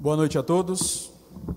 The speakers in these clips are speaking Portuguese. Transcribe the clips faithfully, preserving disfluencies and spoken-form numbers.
Boa noite a todos.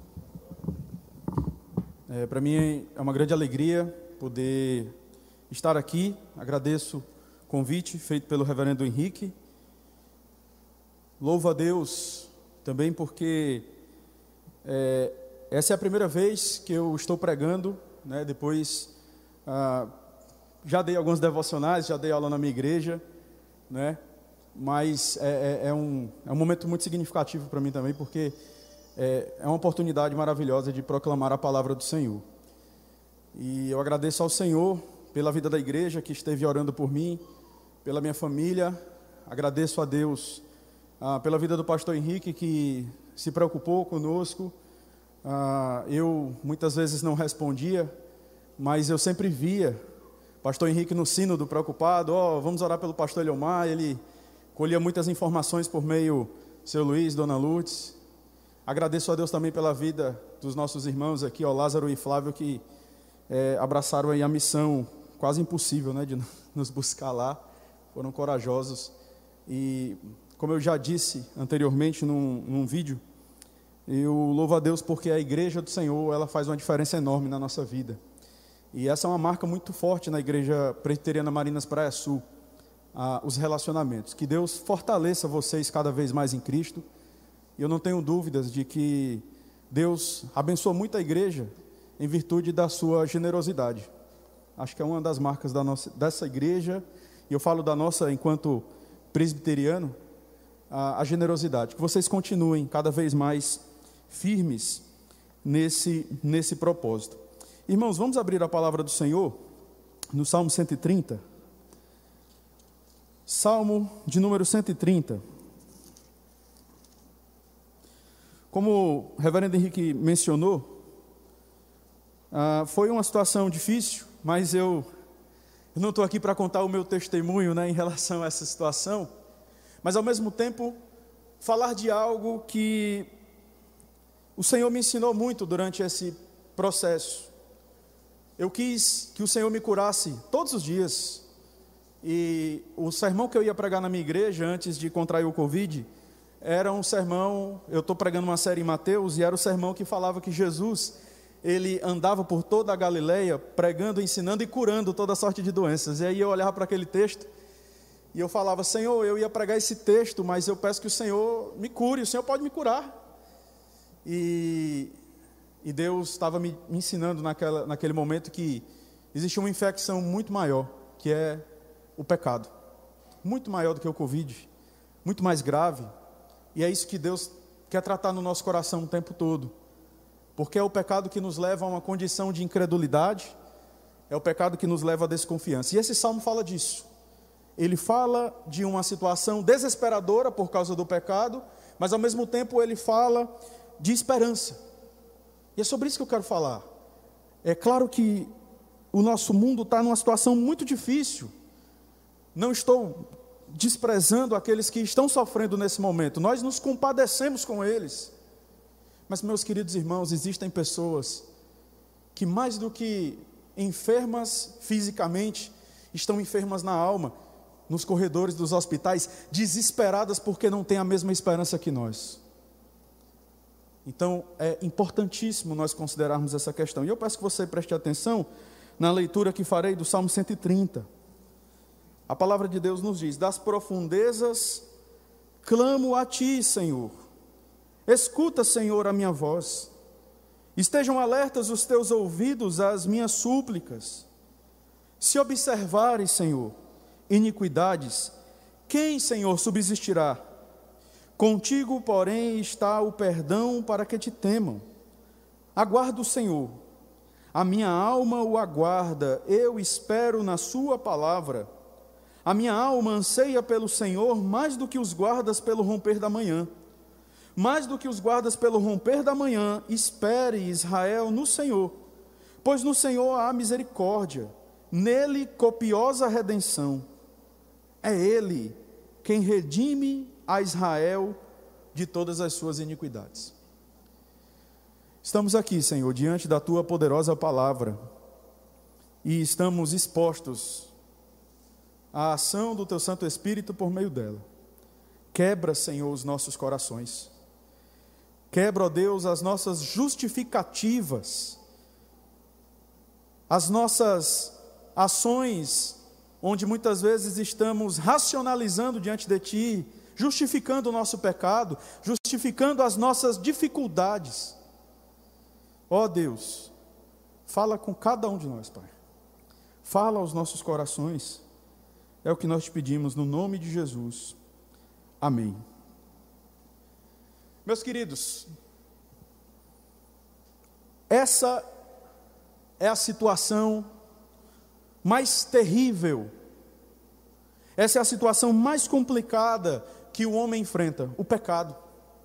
É, para mim é uma grande alegria poder estar aqui. Agradeço o convite feito pelo reverendo Henrique. Louvo a Deus também porque é, essa é a primeira vez que eu estou pregando, né? Depois ah, já dei alguns devocionais, já dei aula na minha igreja, né? Mas é, é, é, um, é um momento muito significativo para mim também, porque é, é uma oportunidade maravilhosa de proclamar a palavra do Senhor. E eu agradeço ao Senhor pela vida da igreja que esteve orando por mim, pela minha família. Agradeço a Deus ah, pela vida do pastor Henrique, que se preocupou conosco. Ah, eu muitas vezes não respondia, mas eu sempre via pastor Henrique no sínodo preocupado. Ó, oh, vamos orar pelo pastor Eliomar. Ele colhia muitas informações por meio do seu Luiz, dona Lourdes. Agradeço a Deus também pela vida dos nossos irmãos aqui, ó, Lázaro e Flávio, que é, abraçaram aí a missão quase impossível, né, de nos buscar lá. Foram corajosos. E como eu já disse anteriormente num, num vídeo, eu louvo a Deus porque a igreja do Senhor, ela faz uma diferença enorme na nossa vida. E essa é uma marca muito forte na igreja presbiteriana Marinas Praia Sul. Ah, os relacionamentos, que Deus fortaleça vocês cada vez mais em Cristo. E eu não tenho dúvidas de que Deus abençoa muito a igreja em virtude da sua generosidade. Acho que é uma das marcas da nossa, dessa igreja, e eu falo da nossa enquanto presbiteriano, a, a generosidade. Que vocês continuem cada vez mais firmes nesse, nesse propósito. Irmãos, vamos abrir a palavra do Senhor no Salmo cento e trinta. Salmo de número cento e trinta. Como o reverendo Henrique mencionou, ah, foi uma situação difícil, mas eu, eu não estou aqui para contar o meu testemunho, né, em relação a essa situação, mas ao mesmo tempo falar de algo que o Senhor me ensinou muito durante esse processo. Eu quis que o Senhor me curasse todos os dias. E o sermão que eu ia pregar na minha igreja antes de contrair o Covid era um sermão, eu estou pregando uma série em Mateus, e era o sermão que falava que Jesus, ele andava por toda a Galileia pregando, ensinando e curando toda sorte de doenças. E aí eu olhava para aquele texto e eu falava: Senhor, eu ia pregar esse texto, mas eu peço que o Senhor me cure, o Senhor pode me curar. E, e Deus estava me, me ensinando naquela, naquele momento que existe uma infecção muito maior, que é o pecado, muito maior do que o Covid, muito mais grave, e é isso que Deus quer tratar no nosso coração o tempo todo, porque é o pecado que nos leva a uma condição de incredulidade, é o pecado que nos leva à desconfiança, e esse salmo fala disso. Ele fala de uma situação desesperadora por causa do pecado, mas ao mesmo tempo ele fala de esperança, e é sobre isso que eu quero falar. É claro que o nosso mundo está numa situação muito difícil. Não estou desprezando aqueles que estão sofrendo nesse momento. Nós nos compadecemos com eles. Mas, meus queridos irmãos, existem pessoas que mais do que enfermas fisicamente, estão enfermas na alma, nos corredores dos hospitais, desesperadas porque não têm a mesma esperança que nós. Então, é importantíssimo nós considerarmos essa questão. E eu peço que você preste atenção na leitura que farei do Salmo cento e trinta. A palavra de Deus nos diz: das profundezas clamo a ti, Senhor. Escuta, Senhor, a minha voz. Estejam alertas os teus ouvidos às minhas súplicas. Se observares, Senhor, iniquidades, quem, Senhor, subsistirá? Contigo, porém, está o perdão para que te temam. Aguardo o Senhor. A minha alma o aguarda, eu espero na sua palavra. A minha alma anseia pelo Senhor mais do que os guardas pelo romper da manhã. Mais do que os guardas pelo romper da manhã, espere, Israel, no Senhor. Pois no Senhor há misericórdia, nele copiosa redenção. É Ele quem redime a Israel de todas as suas iniquidades. Estamos aqui, Senhor, diante da Tua poderosa palavra, e estamos expostos a ação do Teu Santo Espírito por meio dela. Quebra, Senhor, os nossos corações. Quebra, ó Deus, as nossas justificativas, as nossas ações, onde muitas vezes estamos racionalizando diante de Ti, justificando o nosso pecado, justificando as nossas dificuldades. Ó Deus, fala com cada um de nós, Pai. Fala aos nossos corações. É o que nós te pedimos no nome de Jesus. Amém. Meus queridos, essa é a situação mais terrível, essa é a situação mais complicada que o homem enfrenta, o pecado.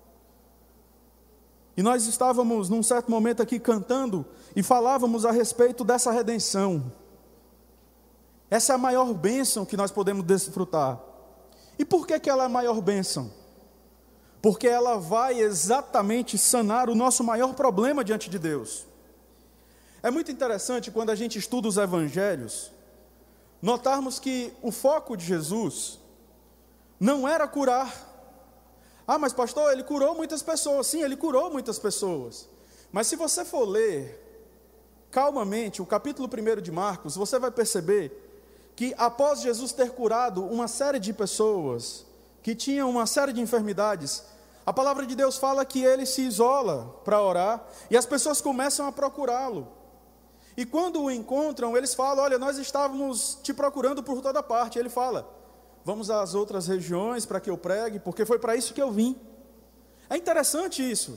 E nós estávamos num certo momento aqui cantando e falávamos a respeito dessa redenção. Essa é a maior bênção que nós podemos desfrutar. E por que que ela é a maior bênção? Porque ela vai exatamente sanar o nosso maior problema diante de Deus. É muito interessante quando a gente estuda os evangelhos, notarmos que o foco de Jesus não era curar. Ah, mas pastor, ele curou muitas pessoas. Sim, ele curou muitas pessoas. Mas se você for ler calmamente o capítulo primeiro de Marcos, você vai perceber que após Jesus ter curado uma série de pessoas que tinham uma série de enfermidades, a palavra de Deus fala que ele se isola para orar e as pessoas começam a procurá-lo. E quando o encontram, eles falam: olha, nós estávamos te procurando por toda parte. Ele fala: vamos às outras regiões para que eu pregue, porque foi para isso que eu vim. É interessante isso.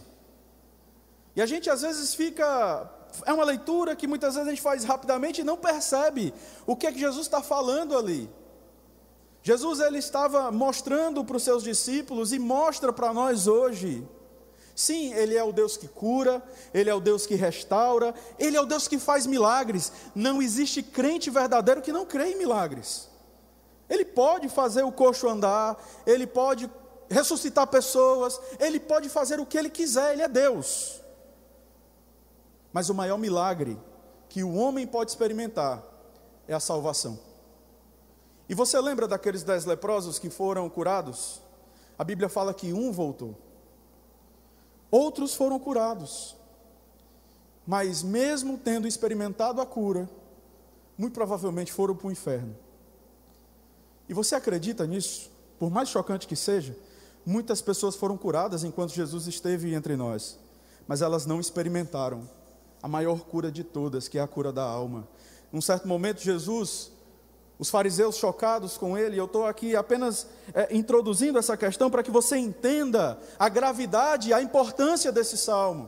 E a gente às vezes fica... É uma leitura que muitas vezes a gente faz rapidamente e não percebe o que é que Jesus está falando ali. Jesus, ele estava mostrando para os seus discípulos e mostra para nós hoje. Sim, Ele é o Deus que cura, Ele é o Deus que restaura, Ele é o Deus que faz milagres. Não existe crente verdadeiro que não crê em milagres. Ele pode fazer o coxo andar, Ele pode ressuscitar pessoas, Ele pode fazer o que Ele quiser, Ele é Deus. Mas o maior milagre que o homem pode experimentar é a salvação. E você lembra daqueles dez leprosos que foram curados? A Bíblia fala que um voltou. Outros foram curados. Mas mesmo tendo experimentado a cura, muito provavelmente foram para o inferno. E você acredita nisso? Por mais chocante que seja, muitas pessoas foram curadas enquanto Jesus esteve entre nós. Mas elas não experimentaram a maior cura de todas, que é a cura da alma. Num certo momento, Jesus... Os fariseus chocados com ele, eu estou aqui apenas é, introduzindo essa questão para que você entenda a gravidade e a importância desse salmo.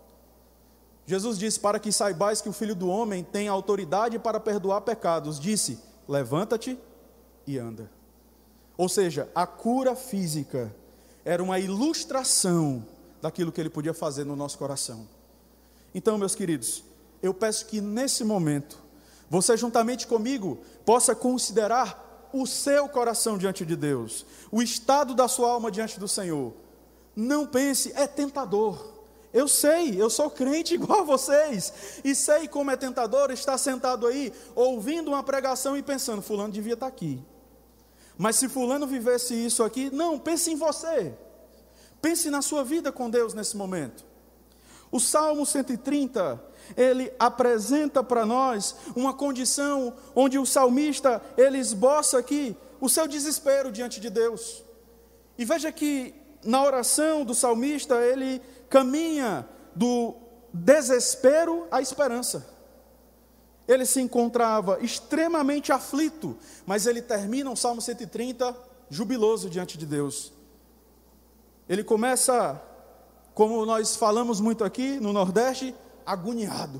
Jesus disse: para que saibais que o Filho do Homem tem autoridade para perdoar pecados, disse: levanta-te e anda. Ou seja, a cura física era uma ilustração daquilo que ele podia fazer no nosso coração. Então, meus queridos, eu peço que nesse momento, você juntamente comigo possa considerar o seu coração diante de Deus, o estado da sua alma diante do Senhor. Não pense: é tentador. Eu sei, eu sou crente igual a vocês, e sei como é tentador estar sentado aí, ouvindo uma pregação e pensando: fulano devia estar aqui. Mas se fulano vivesse isso aqui, não, pense em você. Pense na sua vida com Deus nesse momento. O Salmo cento e trinta, ele apresenta para nós uma condição onde o salmista, ele esboça aqui o seu desespero diante de Deus. E veja que na oração do salmista, ele caminha do desespero à esperança. Ele se encontrava extremamente aflito, mas ele termina o Salmo cento e trinta jubiloso diante de Deus. Ele começa, como nós falamos muito aqui no Nordeste, agoniado.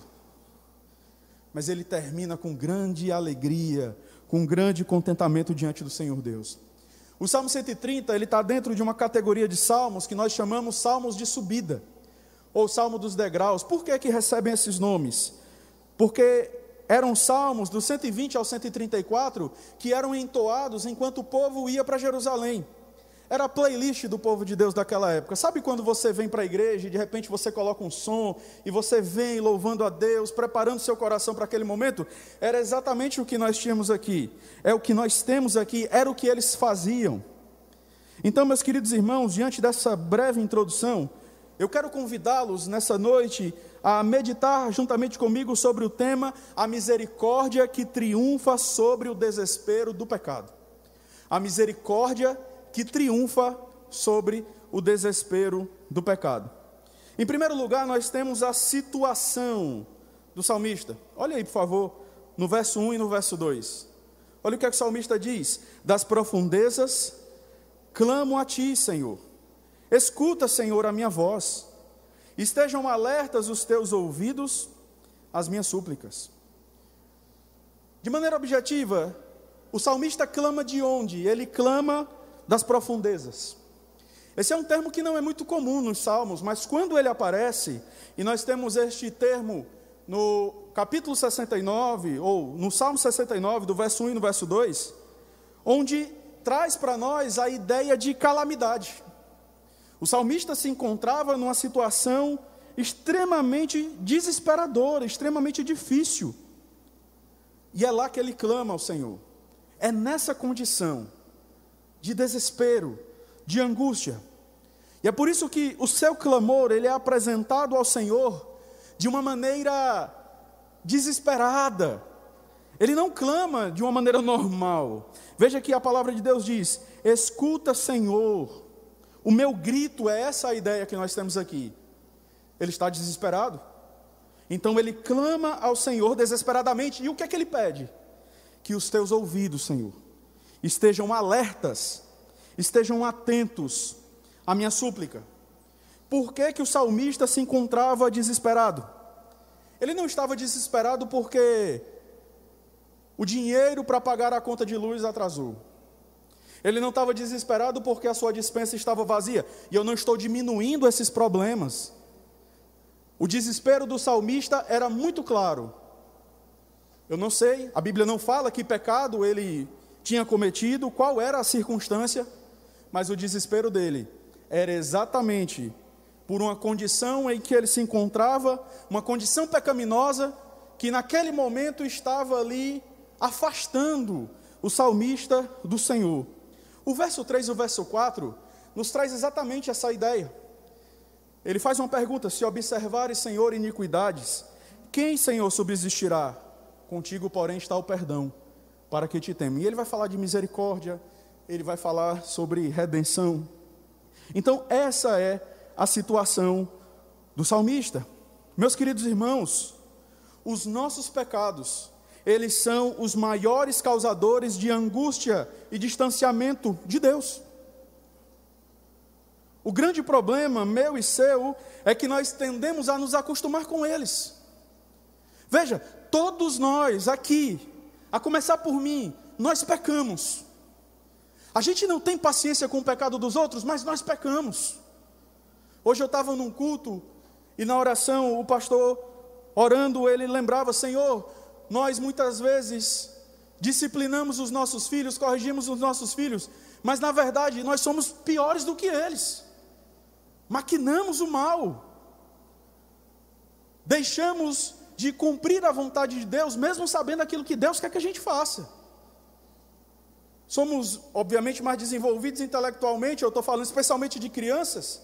Mas ele termina com grande alegria, com grande contentamento diante do Senhor Deus. O Salmo cento e trinta, ele está dentro de uma categoria de salmos que nós chamamos salmos de subida, ou salmo dos degraus. Por que que recebem esses nomes? Porque eram salmos do cento e vinte ao cento e trinta e quatro que eram entoados enquanto o povo ia para Jerusalém. Era a playlist do povo de Deus daquela época. Sabe quando você vem para a igreja e de repente você coloca um som e você vem louvando a Deus, preparando seu coração para aquele momento? Era exatamente o que nós tínhamos aqui. É o que nós temos aqui, era o que eles faziam. Então, meus queridos irmãos, diante dessa breve introdução, eu quero convidá-los nessa noite a meditar juntamente comigo sobre o tema a misericórdia que triunfa sobre o desespero do pecado. A misericórdia que triunfa sobre o desespero do pecado. Em primeiro lugar, nós temos a situação do salmista. Olha aí, por favor, no verso um e no verso dois. Olha o que, é que o salmista diz: das profundezas clamo a ti, Senhor. Escuta, Senhor, a minha voz. Estejam alertas os teus ouvidos às minhas súplicas. De maneira objetiva, o salmista clama de onde? Ele clama das profundezas. Esse é um termo que não é muito comum nos salmos, mas quando ele aparece, e nós temos este termo no capítulo sessenta e nove, ou no Salmo sessenta e nove, do verso um e no verso dois, onde traz para nós a ideia de calamidade. O salmista se encontrava numa situação extremamente desesperadora, extremamente difícil. E é lá que ele clama ao Senhor. É nessa condição de desespero, de angústia. E é por isso que o seu clamor, ele é apresentado ao Senhor de uma maneira desesperada. Ele não clama de uma maneira normal. Veja que a palavra de Deus diz: escuta, Senhor. O meu grito é essa a ideia que nós temos aqui. Ele está desesperado. Então ele clama ao Senhor desesperadamente. E o que é que ele pede? Que os teus ouvidos, Senhor, estejam alertas, estejam atentos à minha súplica. Por que que o salmista se encontrava desesperado? Ele não estava desesperado porque o dinheiro para pagar a conta de luz atrasou. Ele não estava desesperado porque a sua despensa estava vazia. E eu não estou diminuindo esses problemas. O desespero do salmista era muito claro. Eu não sei, a Bíblia não fala que pecado ele tinha cometido, qual era a circunstância, mas o desespero dele era exatamente por uma condição em que ele se encontrava, uma condição pecaminosa, que naquele momento estava ali afastando o salmista do Senhor. O verso três e o verso quatro nos traz exatamente essa ideia. Ele faz uma pergunta: se observares, Senhor, iniquidades, quem, Senhor, subsistirá? Contigo, porém, está o perdão, para que te temam. E ele vai falar de misericórdia, ele vai falar sobre redenção. Então, essa é a situação do salmista. Meus queridos irmãos, os nossos pecados, eles são os maiores causadores de angústia e distanciamento de Deus. O grande problema, meu e seu, é que nós tendemos a nos acostumar com eles. Veja, todos nós aqui, a começar por mim, nós pecamos. A gente não tem paciência com o pecado dos outros, mas nós pecamos. Hoje eu estava num culto, e na oração, o pastor, orando, ele lembrava: Senhor, nós muitas vezes disciplinamos os nossos filhos, corrigimos os nossos filhos, mas na verdade nós somos piores do que eles. Maquinamos o mal. Deixamos de cumprir a vontade de Deus, mesmo sabendo aquilo que Deus quer que a gente faça. Somos, obviamente, mais desenvolvidos intelectualmente, eu estou falando especialmente de crianças,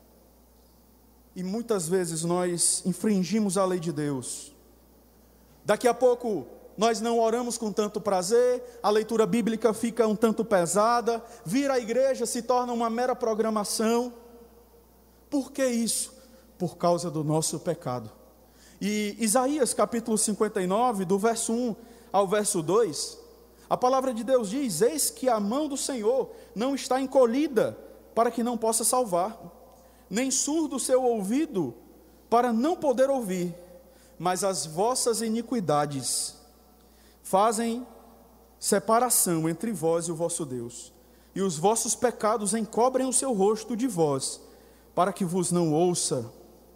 e muitas vezes nós infringimos a lei de Deus. Daqui a pouco nós não oramos com tanto prazer, a leitura bíblica fica um tanto pesada, vir à igreja se torna uma mera programação. Por que isso? Por causa do nosso pecado. E Isaías capítulo cinquenta e nove, do verso um ao verso dois, a palavra de Deus diz: eis que a mão do Senhor não está encolhida para que não possa salvar, nem surdo o seu ouvido para não poder ouvir, mas as vossas iniquidades fazem separação entre vós e o vosso Deus, e os vossos pecados encobrem o seu rosto de vós, para que vos não ouça.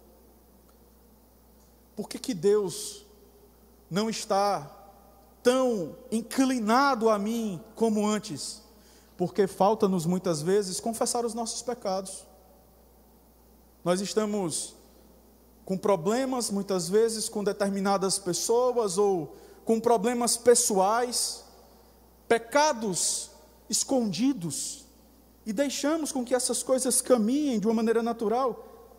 Por que que Deus não está tão inclinado a mim como antes? Porque falta-nos muitas vezes confessar os nossos pecados. Nós estamos com problemas, muitas vezes, com determinadas pessoas, ou com problemas pessoais, pecados escondidos, e deixamos com que essas coisas caminhem de uma maneira natural.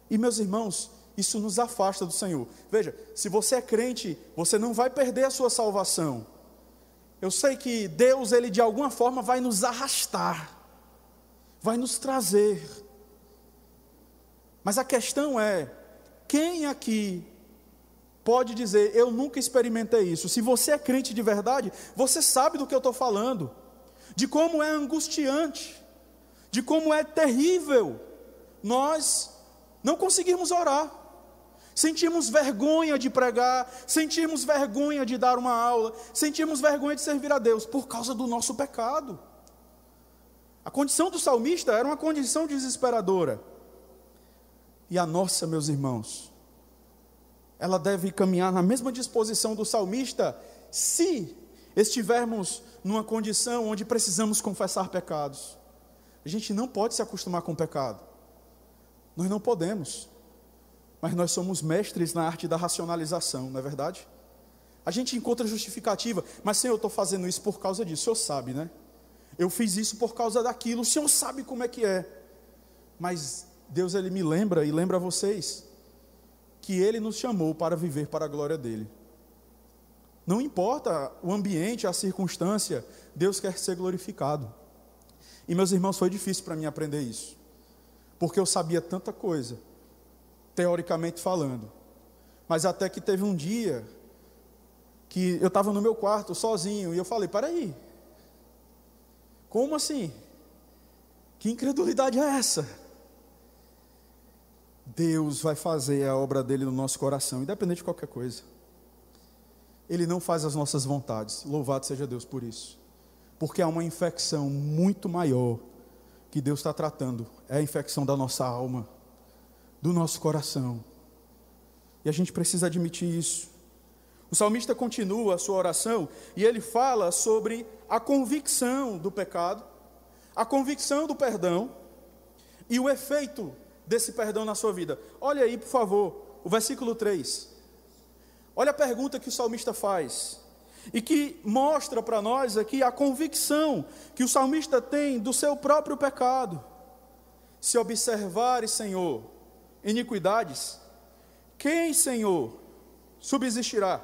E meus irmãos, isso nos afasta do Senhor. Veja, se você é crente, você não vai perder a sua salvação. Eu sei que Deus, Ele de alguma forma vai nos arrastar, vai nos trazer. Mas a questão é, quem aqui pode dizer, eu nunca experimentei isso? Se você é crente de verdade, você sabe do que eu estou falando, de como é angustiante, de como é terrível nós não conseguirmos orar, sentimos vergonha de pregar, sentimos vergonha de dar uma aula, sentimos vergonha de servir a Deus, por causa do nosso pecado. A condição do salmista era uma condição desesperadora, e a nossa, meus irmãos, ela deve caminhar na mesma disposição do salmista, se estivermos numa condição onde precisamos confessar pecados. A gente não pode se acostumar com o pecado, nós não podemos, mas nós somos mestres na arte da racionalização, não é verdade? A gente encontra justificativa, mas Senhor, eu estou fazendo isso por causa disso, o Senhor sabe, né? Eu fiz isso por causa daquilo, o Senhor sabe como é que é. Mas Deus, Ele me lembra e lembra a vocês que Ele nos chamou para viver para a glória dEle. Não importa o ambiente, a circunstância, Deus quer ser glorificado. E meus irmãos, foi difícil para mim aprender isso, porque eu sabia tanta coisa, teoricamente falando, mas até que teve um dia, que eu estava no meu quarto, sozinho, e eu falei, peraí, como assim? Que incredulidade é essa? Deus vai fazer a obra dele no nosso coração, independente de qualquer coisa. Ele não faz as nossas vontades, louvado seja Deus por isso, porque há uma infecção muito maior, que Deus está tratando, é a infecção da nossa alma, do nosso coração, e a gente precisa admitir isso. O salmista continua a sua oração, e ele fala sobre a convicção do pecado, a convicção do perdão, e o efeito desse perdão na sua vida. Olha aí, por favor, o versículo três, olha a pergunta que o salmista faz, e que mostra para nós aqui a convicção que o salmista tem do seu próprio pecado. Se observares, Senhor, iniquidades, quem, Senhor, subsistirá?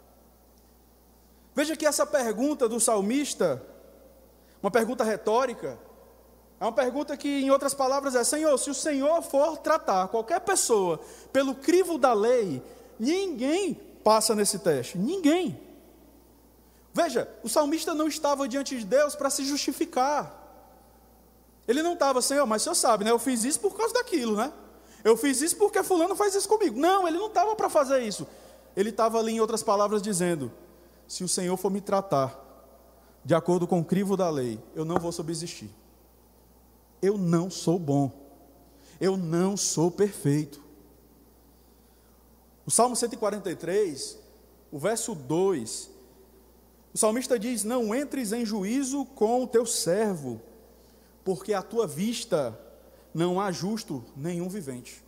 Veja que essa pergunta do salmista, uma pergunta retórica, é uma pergunta que, em outras palavras, é: Senhor, se o Senhor for tratar qualquer pessoa pelo crivo da lei, ninguém passa nesse teste, ninguém. Veja, o salmista não estava diante de Deus para se justificar. Ele não estava, Senhor, mas o Senhor sabe, né? Eu fiz isso por causa daquilo, né? Eu fiz isso porque fulano faz isso comigo. Não, ele não estava para fazer isso. Ele estava ali, em outras palavras, dizendo: se o Senhor for me tratar de acordo com o crivo da lei, eu não vou subsistir. Eu não sou bom. Eu não sou perfeito. O Salmo cento e quarenta e três, o verso dois, o salmista diz: não entres em juízo com o teu servo, porque à tua vista não há justo nenhum vivente.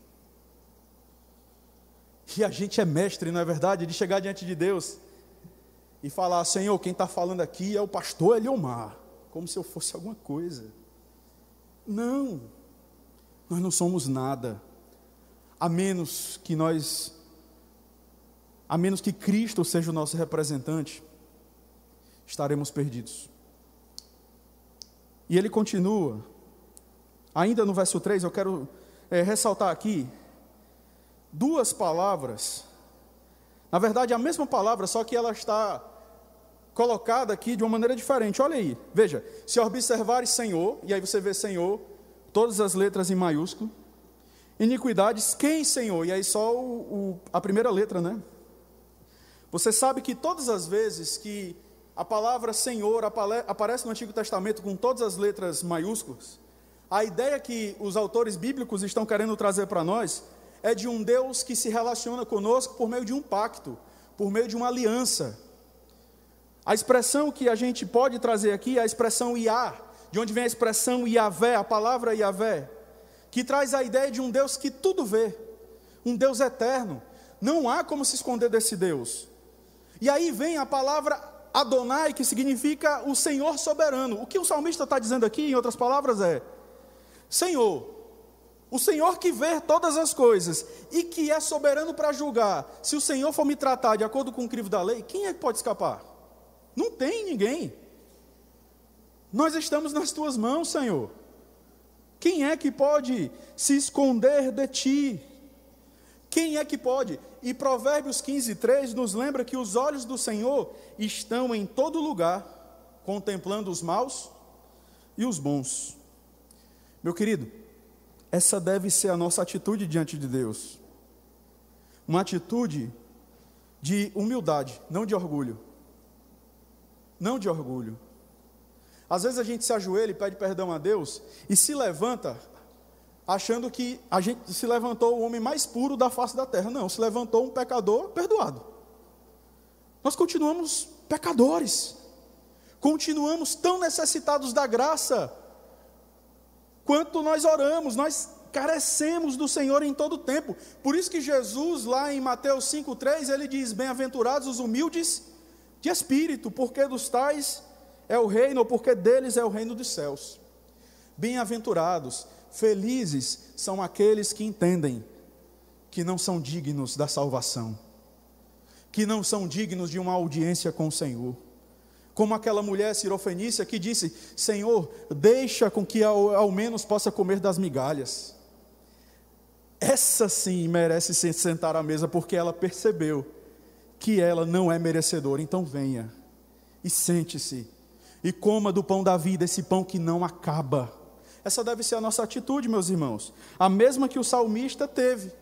E a gente é mestre, não é verdade, de chegar diante de Deus e falar: Senhor, quem está falando aqui é o pastor Eliomar, como se eu fosse alguma coisa. Não, nós não somos nada, a menos que nós, a menos que Cristo seja o nosso representante, estaremos perdidos. E ele continua, ainda no verso três, eu quero é, ressaltar aqui duas palavras, na verdade a mesma palavra, só que ela está colocada aqui de uma maneira diferente. Olha aí, veja: se observares Senhor, e aí você vê Senhor, todas as letras em maiúsculo, iniquidades, quem Senhor? E aí só o, o, a primeira letra, né? Você sabe que todas as vezes que a palavra Senhor aparece no Antigo Testamento com todas as letras maiúsculas, a ideia que os autores bíblicos estão querendo trazer para nós é de um Deus que se relaciona conosco por meio de um pacto, por meio de uma aliança. A expressão que a gente pode trazer aqui é a expressão Iá, de onde vem a expressão Iavé, a palavra Iavé, que traz a ideia de um Deus que tudo vê, um Deus eterno. Não há como se esconder desse Deus. E aí vem a palavra Adonai, que significa o Senhor soberano. O que o salmista está dizendo aqui, em outras palavras, é: Senhor, O Senhor que vê todas as coisas e que é soberano para julgar. Se o Senhor for me tratar de acordo com o crivo da lei, quem é que pode escapar? Não tem ninguém. Nós estamos nas tuas mãos, Senhor. Quem é que pode se esconder de ti? Quem é que pode? E Provérbios quinze, três nos lembra que os olhos do Senhor estão em todo lugar, contemplando os maus e os bons. Meu querido, essa deve ser a nossa atitude diante de Deus. Uma atitude de humildade, não de orgulho. Não de orgulho. Às vezes a gente se ajoelha e pede perdão a Deus e se levanta achando que a gente se levantou o homem mais puro da face da terra. Não, se levantou um pecador perdoado. Nós continuamos pecadores. Continuamos tão necessitados da graça quanto nós oramos. Nós carecemos do Senhor em todo o tempo. Por isso que Jesus, lá em Mateus cinco, três, ele diz: bem-aventurados os humildes de espírito, porque dos tais é o reino, ou porque deles é o reino dos céus. Bem-aventurados, felizes são aqueles que entendem que não são dignos da salvação, que não são dignos de uma audiência com o Senhor. Como aquela mulher cirofenícia que disse: Senhor, deixa com que ao, ao menos possa comer das migalhas. Essa sim merece se sentar à mesa, porque ela percebeu que ela não é merecedora. Então venha e sente-se e coma do pão da vida, esse pão que não acaba. Essa deve ser a nossa atitude, meus irmãos, a mesma que o salmista teve.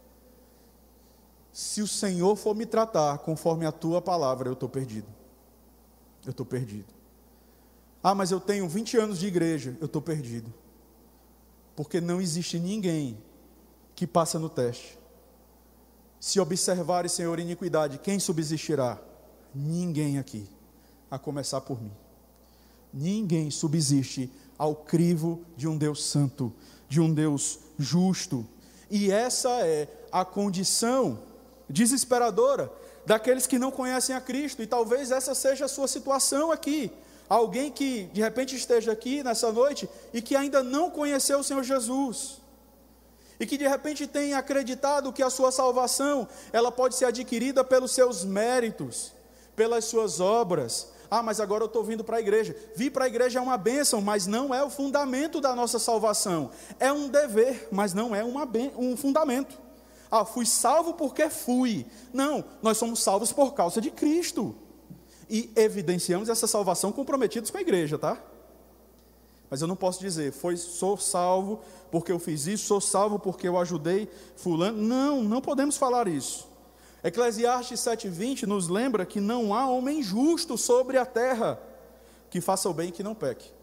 Se o Senhor for me tratar conforme a tua palavra, eu estou perdido. Eu estou perdido. Ah, mas eu tenho vinte anos de igreja, eu estou perdido. Porque não existe ninguém que passa no teste. Se observares, Senhor, iniquidade, quem subsistirá? Ninguém aqui, a começar por mim. Ninguém subsiste ao crivo de um Deus santo, de um Deus justo. E essa é a condição desesperadora daqueles que não conhecem a Cristo. E talvez essa seja a sua situação aqui. Alguém que de repente esteja aqui nessa noite e que ainda não conheceu o Senhor Jesus. E que de repente tenha acreditado que a sua salvação, ela pode ser adquirida pelos seus méritos, pelas suas obras. Ah, mas agora eu estou vindo para a igreja. Vir para a igreja é uma bênção, mas não é o fundamento da nossa salvação. É um dever, mas não é uma ben... um fundamento. Ah, fui salvo porque fui. Não, nós somos salvos por causa de Cristo. E evidenciamos essa salvação comprometidos com a igreja, tá? Mas eu não posso dizer, foi, sou salvo porque eu fiz isso, sou salvo porque eu ajudei fulano. Não, não podemos falar isso. Eclesiastes sete, vinte nos lembra que não há homem justo sobre a terra que faça o bem e que não peque.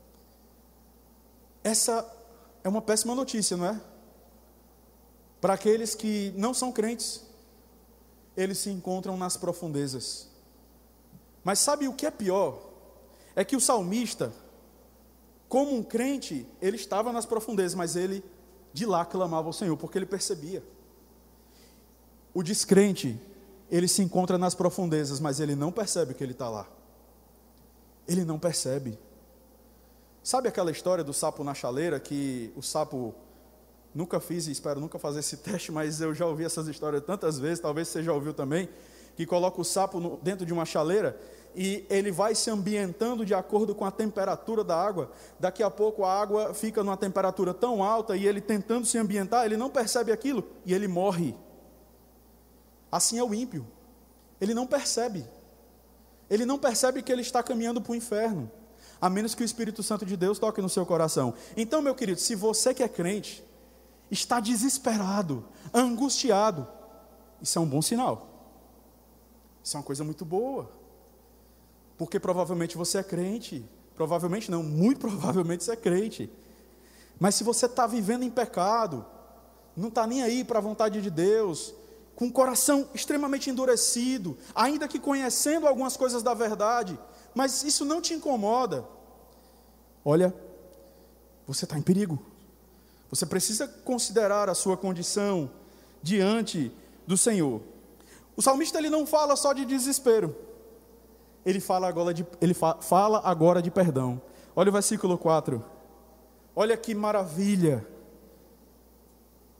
Essa é uma péssima notícia, não é? Para aqueles que não são crentes, eles se encontram nas profundezas. Mas sabe o que é pior? É que o salmista, como um crente, ele estava nas profundezas, mas ele de lá clamava ao Senhor, porque ele percebia. O descrente, ele se encontra nas profundezas, mas ele não percebe que ele está lá. Ele não percebe. Sabe aquela história do sapo na chaleira, que o sapo, nunca fiz e espero nunca fazer esse teste, mas eu já ouvi essas histórias tantas vezes, talvez você já ouviu também, que coloca o sapo no, dentro de uma chaleira, e ele vai se ambientando de acordo com a temperatura da água. Daqui a pouco a água fica numa temperatura tão alta, e ele tentando se ambientar, ele não percebe aquilo, e ele morre. Assim é o ímpio, ele não percebe, ele não percebe que ele está caminhando para o inferno, a menos que o Espírito Santo de Deus toque no seu coração. Então, meu querido, se você que é crente, está desesperado, angustiado, isso é um bom sinal, isso é uma coisa muito boa, porque provavelmente você é crente, provavelmente não, muito provavelmente você é crente, mas se você está vivendo em pecado, não está nem aí para a vontade de Deus, com o coração extremamente endurecido, ainda que conhecendo algumas coisas da verdade, mas isso não te incomoda, olha, você está em perigo. Você precisa considerar a sua condição diante do Senhor. O salmista, ele não fala só de desespero, ele fala agora de, ele fa, fala agora de perdão. Olha o versículo quatro, olha que maravilha.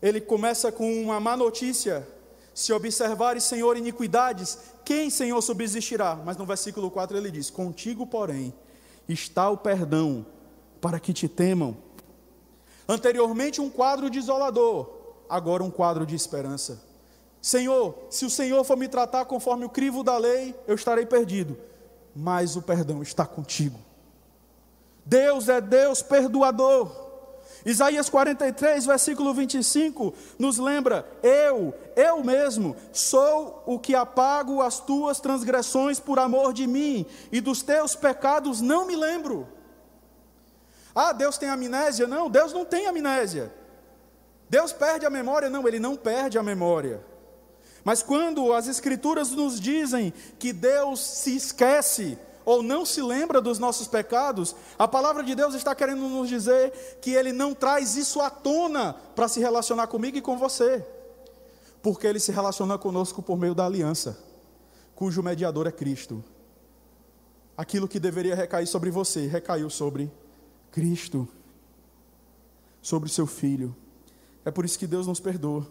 ele começa com uma má notícia: se observares, Senhor, iniquidades, quem, Senhor, subsistirá? Mas no versículo quatro ele diz: contigo, porém, está o perdão, para que te temam. Anteriormente um quadro desolador, agora um quadro de esperança. Senhor, se o Senhor for me tratar conforme o crivo da lei, eu estarei perdido, mas o perdão está contigo. Deus é Deus perdoador. Isaías quarenta e três, versículo vinte e cinco, nos lembra: eu, eu mesmo, sou o que apago as tuas transgressões por amor de mim, e dos teus pecados não me lembro. Ah, Deus tem amnésia? Não, Deus não tem amnésia. Deus perde a memória? Não, Ele não perde a memória. Mas quando as Escrituras nos dizem que Deus se esquece ou não se lembra dos nossos pecados, a palavra de Deus está querendo nos dizer que Ele não traz isso à tona para se relacionar comigo e com você, porque Ele se relaciona conosco por meio da aliança, cujo mediador é Cristo. Aquilo que deveria recair sobre você, recaiu sobre Cristo, sobre o seu Filho. É por isso que Deus nos perdoa.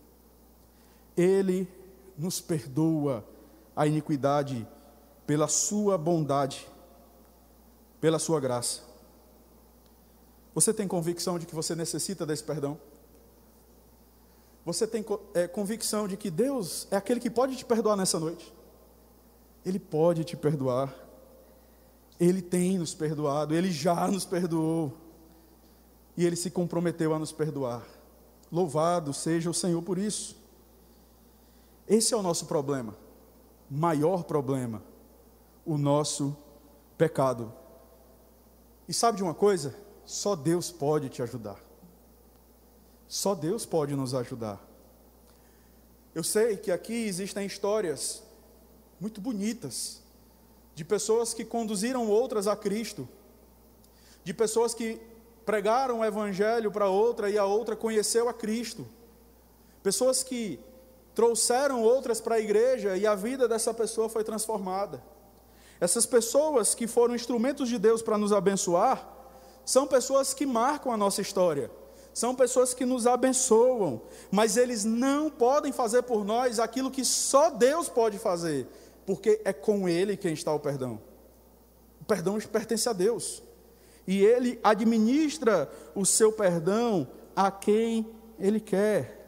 Ele nos perdoa a iniquidade pela sua bondade, pela sua graça. Você tem convicção de que você necessita desse perdão? Você tem é, convicção de que Deus é aquele que pode te perdoar nessa noite? Ele pode te perdoar. Ele tem nos perdoado, Ele já nos perdoou. E Ele se comprometeu a nos perdoar. Louvado seja o Senhor por isso. Esse é o nosso problema, maior problema, o nosso pecado. E sabe de uma coisa? Só Deus pode te ajudar. Só Deus pode nos ajudar. Eu sei que aqui existem histórias muito bonitas, de pessoas que conduziram outras a Cristo, de pessoas que pregaram o Evangelho para outra e a outra conheceu a Cristo, pessoas que trouxeram outras para a igreja e a vida dessa pessoa foi transformada. Essas pessoas que foram instrumentos de Deus para nos abençoar, são pessoas que marcam a nossa história, são pessoas que nos abençoam, mas eles não podem fazer por nós aquilo que só Deus pode fazer, porque é com Ele quem está o perdão. O perdão pertence a Deus, e Ele administra o seu perdão a quem Ele quer.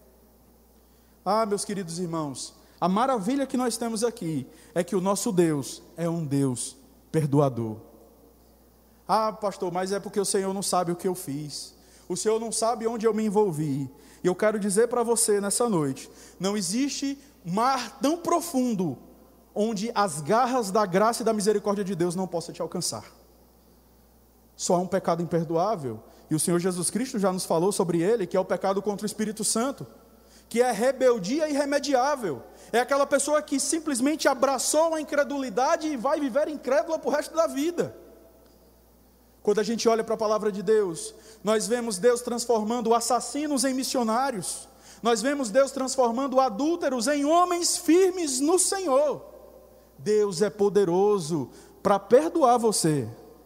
Ah, meus queridos irmãos, a maravilha que nós temos aqui é que o nosso Deus é um Deus perdoador. Ah, pastor, mas é porque o Senhor não sabe o que eu fiz, o Senhor não sabe onde eu me envolvi. E eu quero dizer para você nessa noite, não existe mar tão profundo onde as garras da graça e da misericórdia de Deus não possam te alcançar. Só há um pecado imperdoável, e o Senhor Jesus Cristo já nos falou sobre ele, que é o pecado contra o Espírito Santo, que é rebeldia irremediável. É aquela pessoa que simplesmente abraçou a incredulidade e vai viver incrédula para o resto da vida. Quando a gente olha para a palavra de Deus, nós vemos Deus transformando assassinos em missionários, nós vemos Deus transformando adúlteros em homens firmes no Senhor. Deus é poderoso para perdoar você,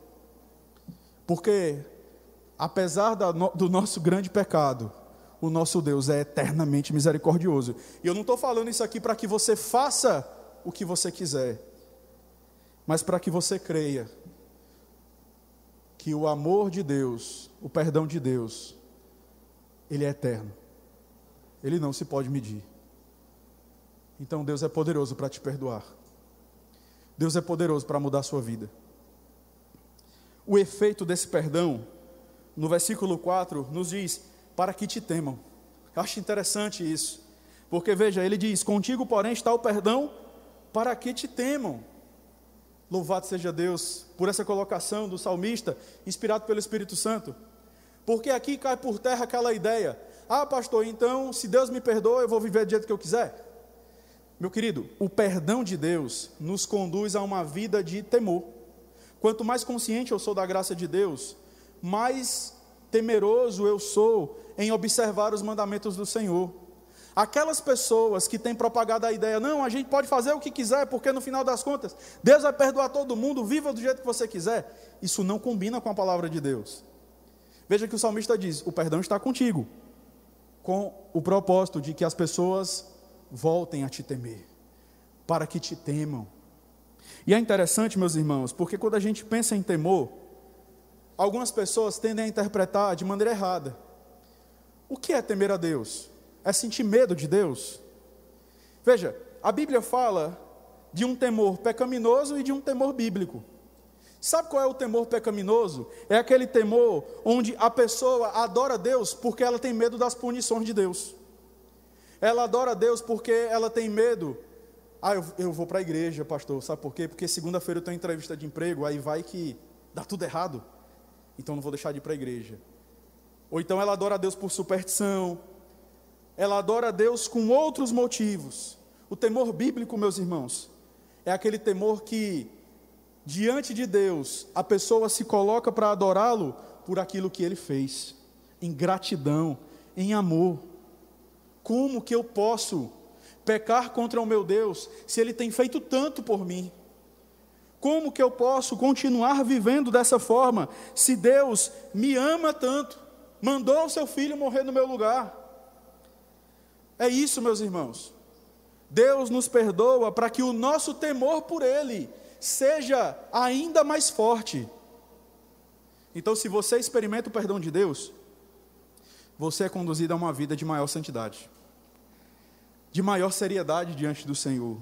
porque apesar da, do nosso grande pecado, o nosso Deus é eternamente misericordioso. E eu não estou falando isso aqui para que você faça o que você quiser, mas para que você creia que o amor de Deus, o perdão de Deus, ele é eterno, ele não se pode medir. Então Deus é poderoso para te perdoar, Deus é poderoso para mudar a sua vida. O efeito desse perdão, no versículo quatro, nos diz: para que te temam. Eu acho interessante isso, porque veja, ele diz: contigo porém está o perdão, para que te temam. Louvado seja Deus por essa colocação do salmista, inspirado pelo Espírito Santo, porque aqui cai por terra aquela ideia: ah, pastor, então se Deus me perdoa, eu vou viver do jeito que eu quiser. Meu querido, o perdão de Deus nos conduz a uma vida de temor. Quanto mais consciente eu sou da graça de Deus, mais temeroso eu sou em observar os mandamentos do Senhor. Aquelas pessoas que têm propagado a ideia: não, a gente pode fazer o que quiser, porque no final das contas, Deus vai perdoar todo mundo, viva do jeito que você quiser. Isso não combina com a palavra de Deus. Veja que o salmista diz: o perdão está contigo. com o propósito de que as pessoas voltem a te temer, para que te temam. E é interessante, meus irmãos, porque quando a gente pensa em temor, algumas pessoas tendem a interpretar de maneira errada. O que é temer a Deus? É sentir medo de Deus? Veja, a Bíblia fala de um temor pecaminoso e de um temor bíblico. Sabe qual é o temor pecaminoso? É aquele temor onde a pessoa adora Deus porque ela tem medo das punições de Deus. Ela adora Deus porque ela tem medo. Ah, eu, eu vou para a igreja, pastor, sabe por quê? Porque segunda-feira eu tenho entrevista de emprego, aí vai que dá tudo errado, então não vou deixar de ir para a igreja. Ou então ela adora a Deus por superstição, ela adora a Deus com outros motivos. O temor bíblico, meus irmãos, é aquele temor que, diante de Deus, a pessoa se coloca para adorá-lo por aquilo que ele fez, em gratidão, em amor. Como que eu posso pecar contra o meu Deus, se Ele tem feito tanto por mim? Como que eu posso continuar vivendo dessa forma, se Deus me ama tanto, mandou o seu Filho morrer no meu lugar? É isso, meus irmãos. Deus nos perdoa para que o nosso temor por Ele seja ainda mais forte. Então, se você experimenta o perdão de Deus, você é conduzido a uma vida de maior santidade, de maior seriedade diante do Senhor.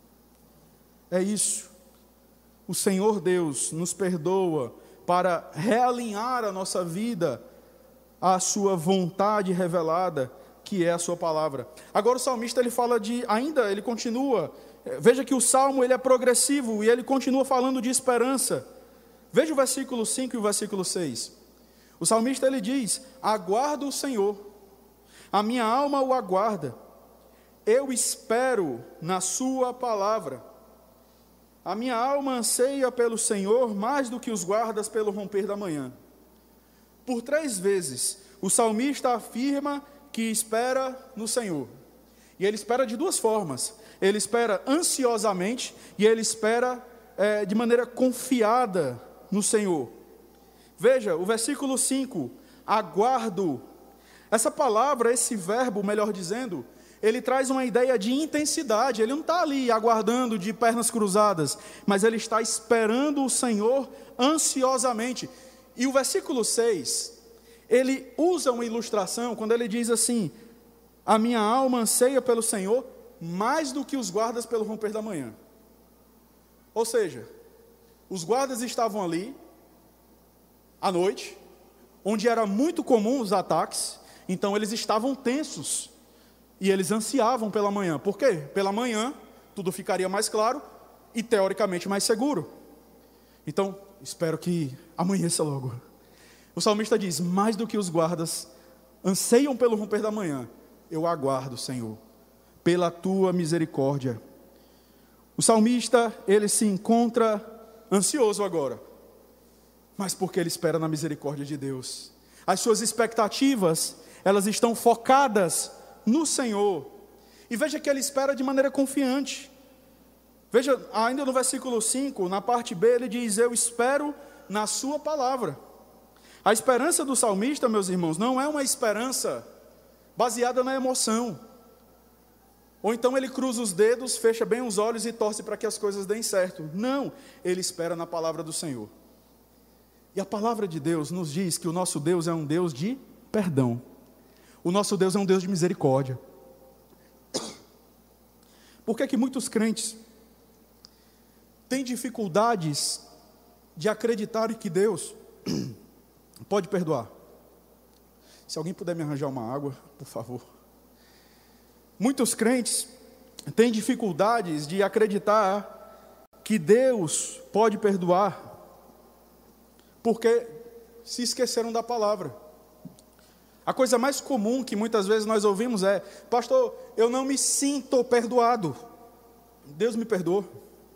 É isso. O Senhor Deus nos perdoa para realinhar a nossa vida à sua vontade revelada, que é a sua palavra. Agora o salmista ele fala de, ainda, ele continua, veja que o salmo ele é progressivo e ele continua falando de esperança. Veja o versículo cinco e o versículo seis. O salmista ele diz: aguardo o Senhor, a minha alma o aguarda, eu espero na sua palavra. A minha alma anseia pelo Senhor mais do que os guardas pelo romper da manhã. Por três vezes, o salmista afirma que espera no Senhor. E ele espera de duas formas. Ele espera ansiosamente e ele espera é, de maneira confiada no Senhor. Veja, o versículo cinco, aguardo. Essa palavra, esse verbo, melhor dizendo, ele traz uma ideia de intensidade. Ele não está ali aguardando de pernas cruzadas, mas ele está esperando o Senhor ansiosamente. E o versículo seis, ele usa uma ilustração quando ele diz assim: a minha alma anseia pelo Senhor mais do que os guardas pelo romper da manhã. Ou seja, os guardas estavam ali à noite, onde era muito comum os ataques, então eles estavam tensos. E eles ansiavam pela manhã. Por quê? Pela manhã, tudo ficaria mais claro e, teoricamente, mais seguro. Então, espero que amanheça logo. O salmista diz: mais do que os guardas anseiam pelo romper da manhã, eu aguardo, Senhor, pela tua misericórdia. O salmista, ele se encontra ansioso agora, mas porque ele espera na misericórdia de Deus. As suas expectativas, elas estão focadas no Senhor. E veja que ele espera de maneira confiante. Veja, ainda no versículo cinco, na parte B, ele diz: eu espero na sua palavra. A esperança do salmista, meus irmãos, não é uma esperança baseada na emoção. Ou então ele cruza os dedos, fecha bem os olhos e torce para que as coisas deem certo. Não, ele espera na palavra do Senhor. E a palavra de Deus nos diz que o nosso Deus é um Deus de perdão. O nosso Deus é um Deus de misericórdia. Por que que muitos crentes têm dificuldades de acreditar que Deus pode perdoar? Se alguém puder me arranjar uma água, por favor. Muitos crentes têm dificuldades de acreditar que Deus pode perdoar, porque se esqueceram da palavra. A coisa mais comum que muitas vezes nós ouvimos é: pastor, eu não me sinto perdoado, Deus me perdoa.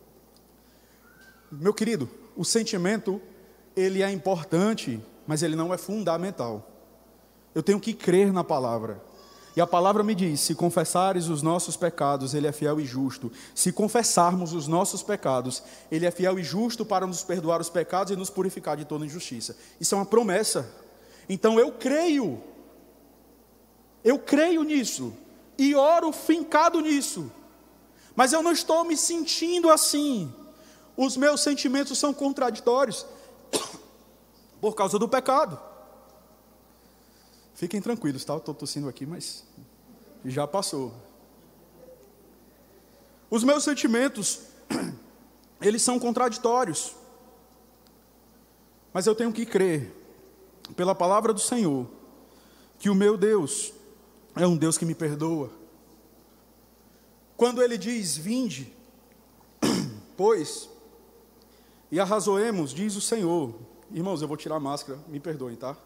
Meu querido, o sentimento, ele é importante, mas ele não é fundamental. Eu tenho que crer na palavra. E a palavra me diz: se confessares os nossos pecados, Ele é fiel e justo. Se confessarmos os nossos pecados, Ele é fiel e justo para nos perdoar os pecados e nos purificar de toda injustiça. Isso é uma promessa. Então eu creio. eu creio nisso e oro fincado nisso, mas eu não estou me sentindo assim. Os meus sentimentos são contraditórios por causa do pecado. Fiquem tranquilos, tá? Eu estou tossindo aqui, mas já passou. Os meus sentimentos, eles são contraditórios, mas eu tenho que crer, pela palavra do Senhor, que o meu Deus é um Deus que me perdoa. Quando Ele diz, vinde, pois, e arrazoemos, diz o Senhor. Irmãos, eu vou tirar a máscara, me perdoem, tá?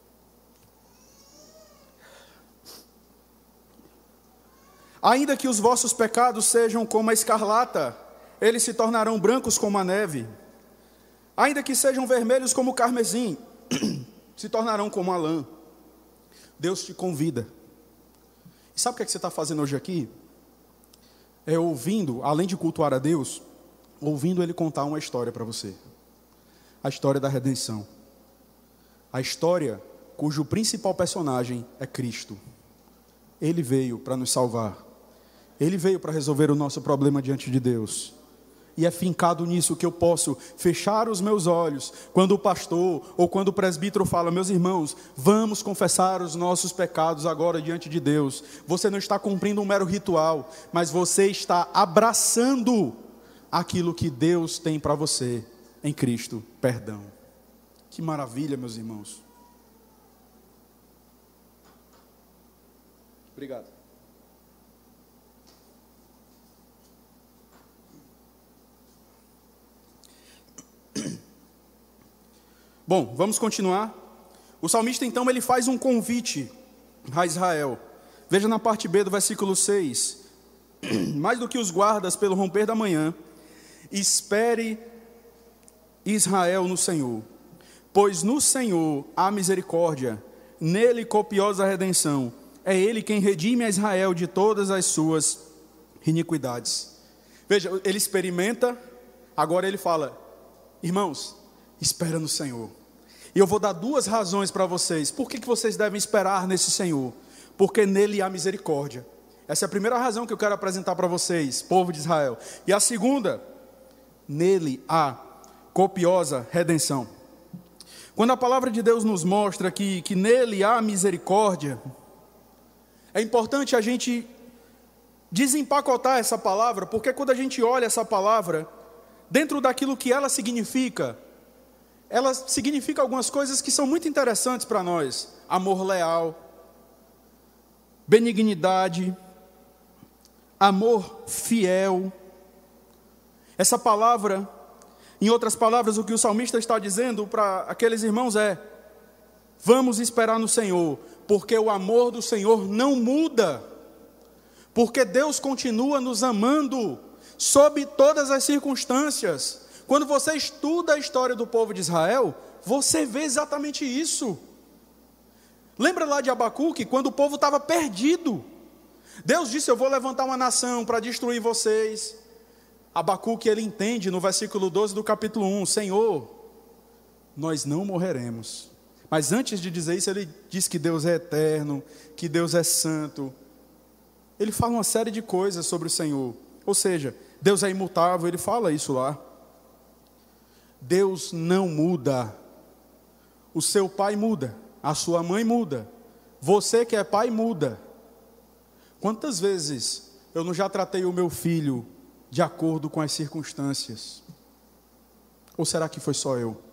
Ainda que os vossos pecados sejam como a escarlata, eles se tornarão brancos como a neve. Ainda que sejam vermelhos como o carmesim, se tornarão como a lã. Deus te convida. E sabe o que, é que você está fazendo hoje aqui? É ouvindo, além de cultuar a Deus, ouvindo Ele contar uma história para você. A história da redenção. A história cujo principal personagem é Cristo. Ele veio para nos salvar. Ele veio para resolver o nosso problema diante de Deus. E é fincado nisso que eu posso fechar os meus olhos quando o pastor ou quando o presbítero fala, meus irmãos, vamos confessar os nossos pecados agora diante de Deus. Você não está cumprindo um mero ritual, mas você está abraçando aquilo que Deus tem para você em Cristo, perdão. Que maravilha, meus irmãos. Obrigado. Bom, vamos continuar. O salmista então ele faz um convite a Israel. Veja na parte B do versículo seis. Mais do que os guardas pelo romper da manhã, espere Israel no Senhor, pois no Senhor há misericórdia, nele copiosa redenção. É Ele quem redime a Israel de todas as suas iniquidades. Veja, ele experimenta, agora ele fala, irmãos, espera no Senhor. E eu vou dar duas razões para vocês. Por que, que vocês devem esperar nesse Senhor? Porque nele há misericórdia. Essa é a primeira razão que eu quero apresentar para vocês, povo de Israel. E a segunda, nele há copiosa redenção. Quando a palavra de Deus nos mostra que, que nele há misericórdia, é importante a gente desempacotar essa palavra, porque quando a gente olha essa palavra, dentro daquilo que ela significa, ela significa algumas coisas que são muito interessantes para nós. Amor leal, benignidade, amor fiel. Essa palavra, em outras palavras, o que o salmista está dizendo para aqueles irmãos é: vamos esperar no Senhor, porque o amor do Senhor não muda, porque Deus continua nos amando, sob todas as circunstâncias. Quando você estuda a história do povo de Israel, você vê exatamente isso. Lembra lá de Abacuque, quando o povo estava perdido. Deus disse, eu vou levantar uma nação para destruir vocês. Abacuque, ele entende no versículo doze do capítulo um, Senhor, nós não morreremos. Mas antes de dizer isso, ele diz que Deus é eterno, que Deus é santo. Ele fala uma série de coisas sobre o Senhor. Ou seja, Deus é imutável, ele fala isso lá. Deus não muda. O seu pai muda, a sua mãe muda, você que é pai muda. Quantas vezes eu não já tratei o meu filho de acordo com as circunstâncias? Ou será que foi só eu?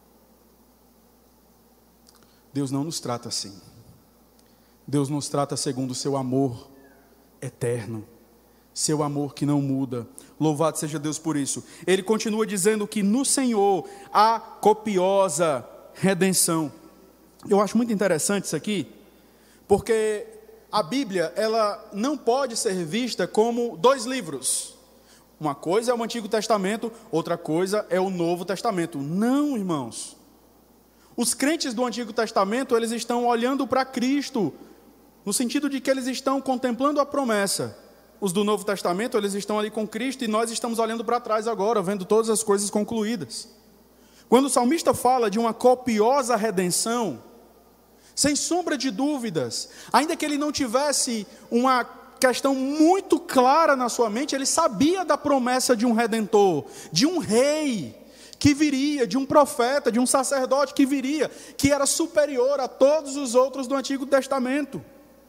Deus não nos trata assim. Deus nos trata segundo o seu amor eterno, seu amor que não muda. Louvado seja Deus por isso. Ele continua dizendo que no Senhor há copiosa redenção. Eu acho muito interessante isso aqui, porque a Bíblia, ela não pode ser vista como dois livros. Uma coisa é o Antigo Testamento, outra coisa é o Novo Testamento. Não, irmãos. Os crentes do Antigo Testamento, eles estão olhando para Cristo, no sentido de que eles estão contemplando a promessa. Os do Novo Testamento, eles estão ali com Cristo, e nós estamos olhando para trás agora, vendo todas as coisas concluídas. Quando o salmista fala de uma copiosa redenção, sem sombra de dúvidas, ainda que ele não tivesse uma questão muito clara na sua mente, ele sabia da promessa de um redentor, de um rei que viria, de um profeta, de um sacerdote que viria, que era superior a todos os outros do Antigo Testamento.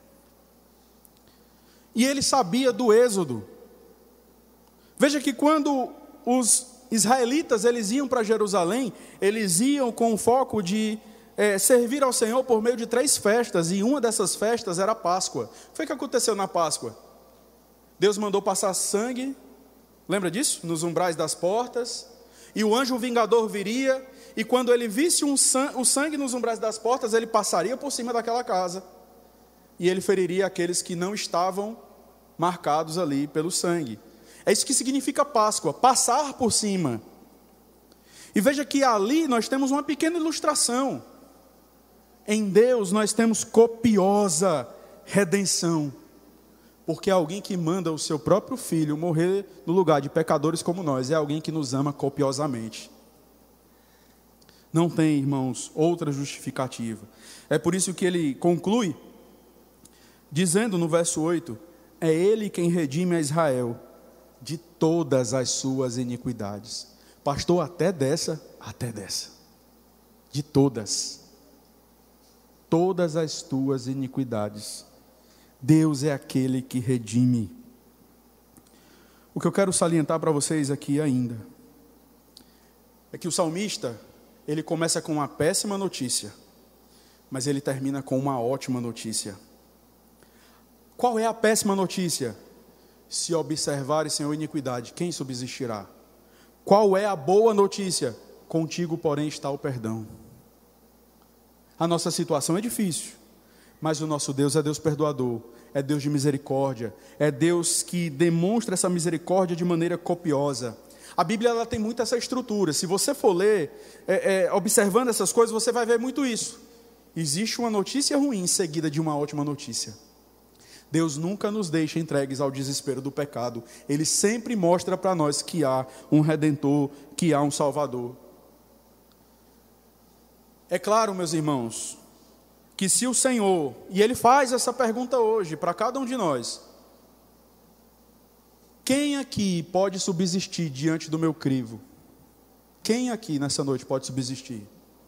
E ele sabia do êxodo. Veja que quando os israelitas eles iam para Jerusalém, eles iam com o foco de é, servir ao Senhor por meio de três festas, e uma dessas festas era a Páscoa. O que foi que aconteceu na Páscoa? Deus mandou passar sangue, lembra disso? Nos umbrais das portas, e o anjo vingador viria, e quando ele visse um sangue, o sangue nos umbrais das portas, ele passaria por cima daquela casa, e ele feriria aqueles que não estavam marcados ali pelo sangue. É isso que significa Páscoa, passar por cima. E veja que ali nós temos uma pequena ilustração. Em Deus nós temos copiosa redenção, porque é alguém que manda o seu próprio filho morrer no lugar de pecadores como nós, é alguém que nos ama copiosamente. Não tem, irmãos, outra justificativa. É por isso que ele conclui, dizendo no verso oito, é ele quem redime a Israel de todas as suas iniquidades. Pastor, até dessa, até dessa. De todas. Todas as tuas iniquidades. Deus é aquele que redime. O que eu quero salientar para vocês aqui ainda é que o salmista, ele começa com uma péssima notícia, mas ele termina com uma ótima notícia. Qual é a péssima notícia? Se observares, Senhor, iniquidade, quem subsistirá? Qual é a boa notícia? Contigo, porém, está o perdão. A nossa situação é difícil, mas o nosso Deus é Deus perdoador, é Deus de misericórdia, é Deus que demonstra essa misericórdia de maneira copiosa. A Bíblia ela tem muito essa estrutura. Se você for ler, é, é, observando essas coisas, você vai ver muito isso. Existe uma notícia ruim seguida de uma ótima notícia. Deus nunca nos deixa entregues ao desespero do pecado. Ele sempre mostra para nós que há um Redentor, que há um Salvador. É claro, meus irmãos, que se o Senhor, e Ele faz essa pergunta hoje para cada um de nós, quem aqui pode subsistir diante do meu crivo? Quem aqui nessa noite pode subsistir?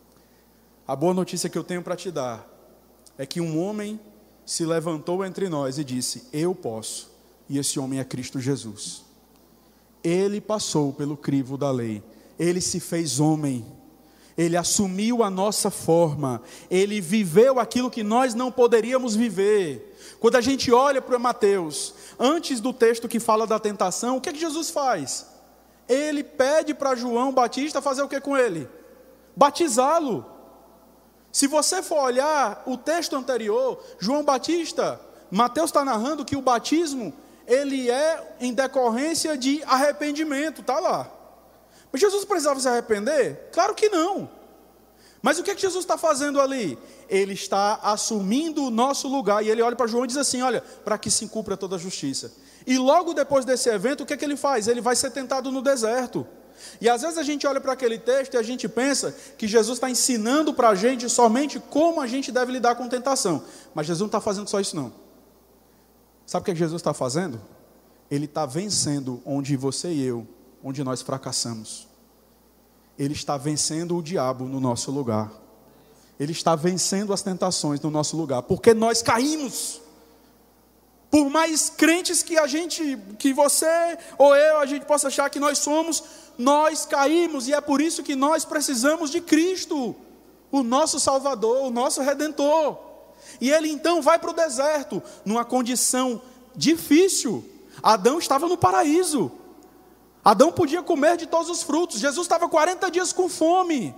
A boa notícia que eu tenho para te dar é que um homem se levantou entre nós e disse, eu posso, e esse homem é Cristo Jesus. Ele passou pelo crivo da lei, ele se fez homem, ele assumiu a nossa forma, ele viveu aquilo que nós não poderíamos viver. Quando a gente olha para Mateus, antes do texto que fala da tentação, o que é que Jesus faz? Ele pede para João Batista fazer o que com ele? Batizá-lo. Se você for olhar o texto anterior, João Batista, Mateus está narrando que o batismo, ele é em decorrência de arrependimento, está lá. Mas Jesus precisava se arrepender? Claro que não. Mas o que é que Jesus está fazendo ali? Ele está assumindo o nosso lugar, e ele olha para João e diz assim, olha, para que se cumpra toda a justiça. E logo depois desse evento, o que é que ele faz? Ele vai ser tentado no deserto. E às vezes a gente olha para aquele texto e a gente pensa que Jesus está ensinando para a gente somente como a gente deve lidar com tentação. Mas Jesus não está fazendo só isso não. Sabe o que Jesus está fazendo? Ele está vencendo onde você e eu, onde nós fracassamos. Ele está vencendo o diabo no nosso lugar. Ele está vencendo as tentações no nosso lugar, porque nós caímos. Por mais crentes que a gente, que você ou eu, a gente possa achar que nós somos, nós caímos, e é por isso que nós precisamos de Cristo, o nosso Salvador, o nosso Redentor. E ele então vai para o deserto, numa condição difícil. Adão estava no paraíso, Adão podia comer de todos os frutos, Jesus estava quarenta dias com fome.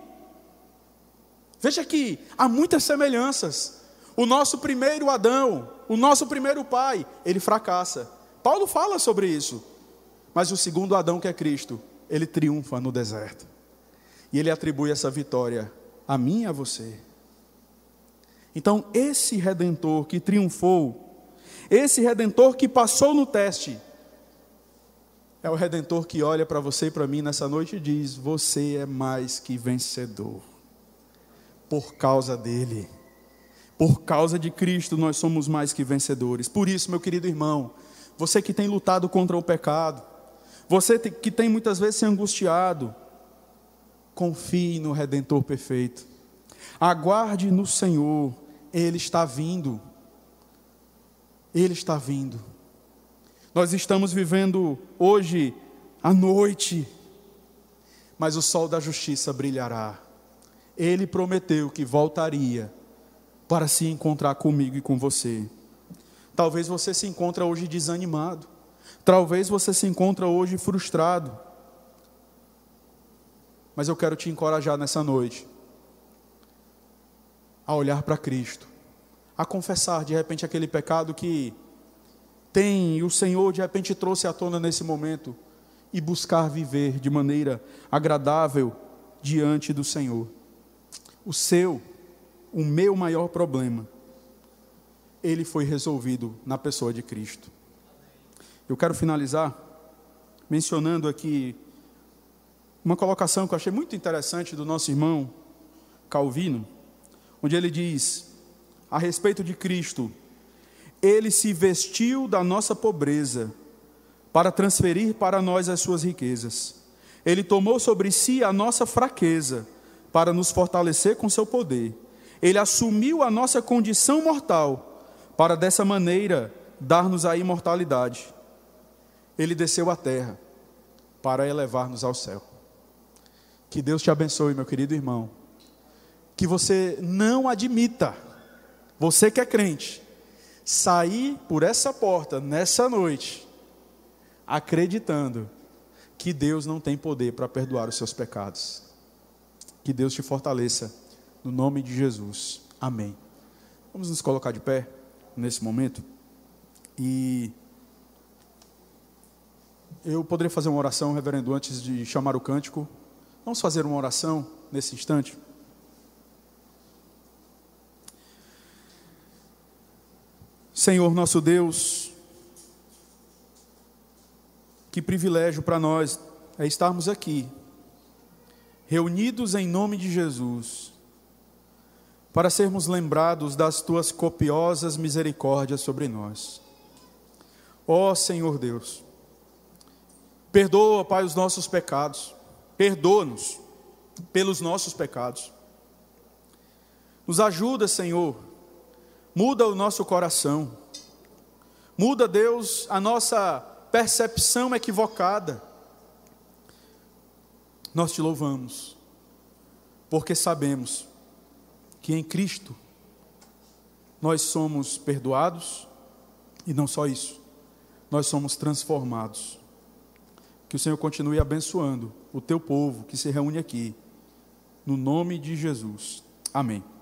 Veja que há muitas semelhanças. O nosso primeiro Adão, o nosso primeiro pai, ele fracassa. Paulo fala sobre isso. Mas o segundo Adão, que é Cristo, ele triunfa no deserto. E ele atribui essa vitória a mim e a você. Então, esse Redentor que triunfou, esse Redentor que passou no teste, é o Redentor que olha para você e para mim nessa noite e diz, você é mais que vencedor. Por causa dele. Por causa de Cristo nós somos mais que vencedores. Por isso, meu querido irmão, você que tem lutado contra o pecado, você que tem muitas vezes se angustiado, confie no Redentor perfeito. Aguarde no Senhor, Ele está vindo. Ele está vindo. Nós estamos vivendo hoje à noite, mas o sol da justiça brilhará. Ele prometeu que voltaria para se encontrar comigo e com você. Talvez você se encontre hoje desanimado. Talvez você se encontre hoje frustrado. Mas eu quero te encorajar nessa noite a olhar para Cristo, a confessar de repente aquele pecado que tem, e o Senhor de repente trouxe à tona nesse momento, e buscar viver de maneira agradável diante do Senhor. O seu, o meu maior problema, ele foi resolvido na pessoa de Cristo. Eu quero finalizar mencionando aqui uma colocação que eu achei muito interessante do nosso irmão Calvino, onde ele diz a respeito de Cristo: ele se vestiu da nossa pobreza para transferir para nós as suas riquezas. Ele tomou sobre si a nossa fraqueza para nos fortalecer com seu poder. Ele assumiu a nossa condição mortal para dessa maneira dar-nos a imortalidade. Ele desceu à terra para elevar-nos ao céu. Que Deus te abençoe, meu querido irmão. Que você não admita, você que é crente, sair por essa porta nessa noite acreditando que Deus não tem poder para perdoar os seus pecados. Que Deus te fortaleça no nome de Jesus. Amém. Vamos nos colocar de pé nesse momento. E eu poderia fazer uma oração, reverendo, antes de chamar o cântico. Vamos fazer uma oração nesse instante. Senhor nosso Deus, que privilégio para nós é estarmos aqui, reunidos em nome de Jesus, para sermos lembrados das Tuas copiosas misericórdias sobre nós. Ó Senhor Deus, perdoa, Pai, os nossos pecados, perdoa-nos pelos nossos pecados. Nos ajuda, Senhor, muda o nosso coração, muda, Deus, a nossa percepção equivocada. Nós te louvamos, porque sabemos que em Cristo nós somos perdoados, e não só isso, nós somos transformados. Que o Senhor continue abençoando o teu povo que se reúne aqui, no nome de Jesus. Amém.